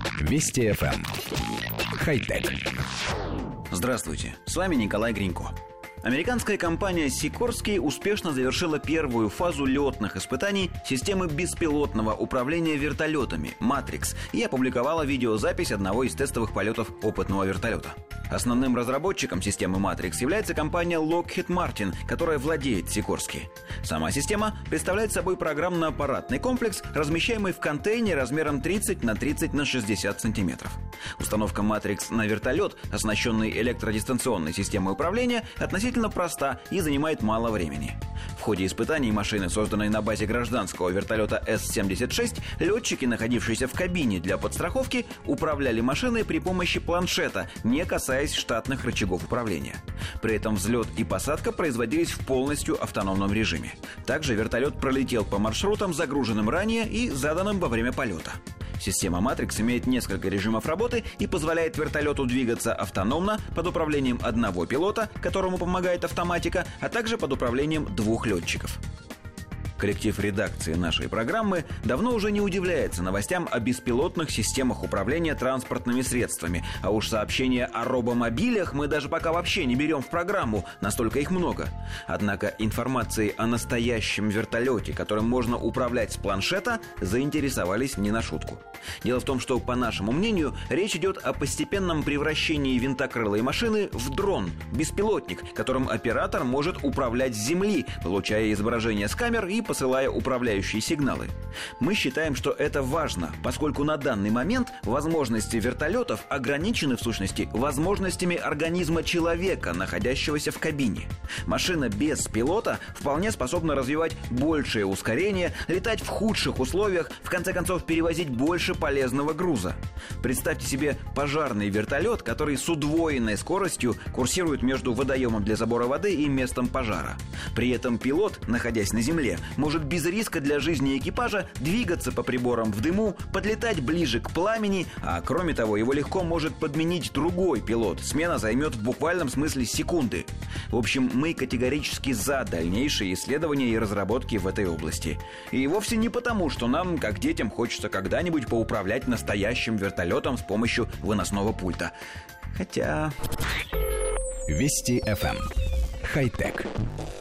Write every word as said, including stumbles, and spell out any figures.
Вести эф эм. Хай-тек. Здравствуйте, с вами Николай Гринько. Американская компания Sikorsky успешно завершила первую фазу летных испытаний системы беспилотного управления вертолетами Matrix и опубликовала видеозапись одного из тестовых полетов опытного вертолета. Основным разработчиком системы Matrix является компания Lockheed Martin, которая владеет Sikorsky. Сама система представляет собой программно-аппаратный комплекс, размещаемый в контейнере размером тридцать на тридцать на шестьдесят сантиметров. Установка Matrix на вертолет, оснащенный электродистанционной системой управления, относительно проста и занимает мало времени. В ходе испытаний машины, созданной на базе гражданского вертолета эс семьдесят шесть, летчики, находившиеся в кабине для подстраховки, управляли машиной при помощи планшета, не касаясь штатных рычагов управления. При этом взлет и посадка производились в полностью автономном режиме. Также вертолет пролетел по маршрутам, загруженным ранее и заданным во время полета. Система Matrix имеет несколько режимов работы и позволяет вертолету двигаться автономно под управлением одного пилота, которому помогает автоматика, а также под управлением двух летчиков. Коллектив редакции нашей программы давно уже не удивляется новостям о беспилотных системах управления транспортными средствами, а уж сообщения о робомобилях мы даже пока вообще не берем в программу, настолько их много. Однако информацией о настоящем вертолете, которым можно управлять с планшета, заинтересовались не на шутку. Дело в том, что, по нашему мнению, речь идет о постепенном превращении винтокрылой машины в дрон, беспилотник, которым оператор может управлять с земли, получая изображение с камер и посылая управляющие сигналы. Мы считаем, что это важно, поскольку на данный момент возможности вертолетов ограничены, в сущности, возможностями организма человека, находящегося в кабине. Машина без пилота вполне способна развивать большее ускорение, летать в худших условиях, в конце концов перевозить больше полезного груза. Представьте себе пожарный вертолет, который с удвоенной скоростью курсирует между водоемом для забора воды и местом пожара. При этом пилот, находясь на земле, может без риска для жизни экипажа двигаться по приборам в дыму, подлетать ближе к пламени, а кроме того, его легко может подменить другой пилот. Смена займет в буквальном смысле секунды. В общем, мы категорически за дальнейшие исследования и разработки в этой области. И вовсе не потому, что нам, как детям, хочется когда-нибудь поуправлять настоящим вертолетом с помощью выносного пульта. Хотя... Вести эф эм. Хай-тек.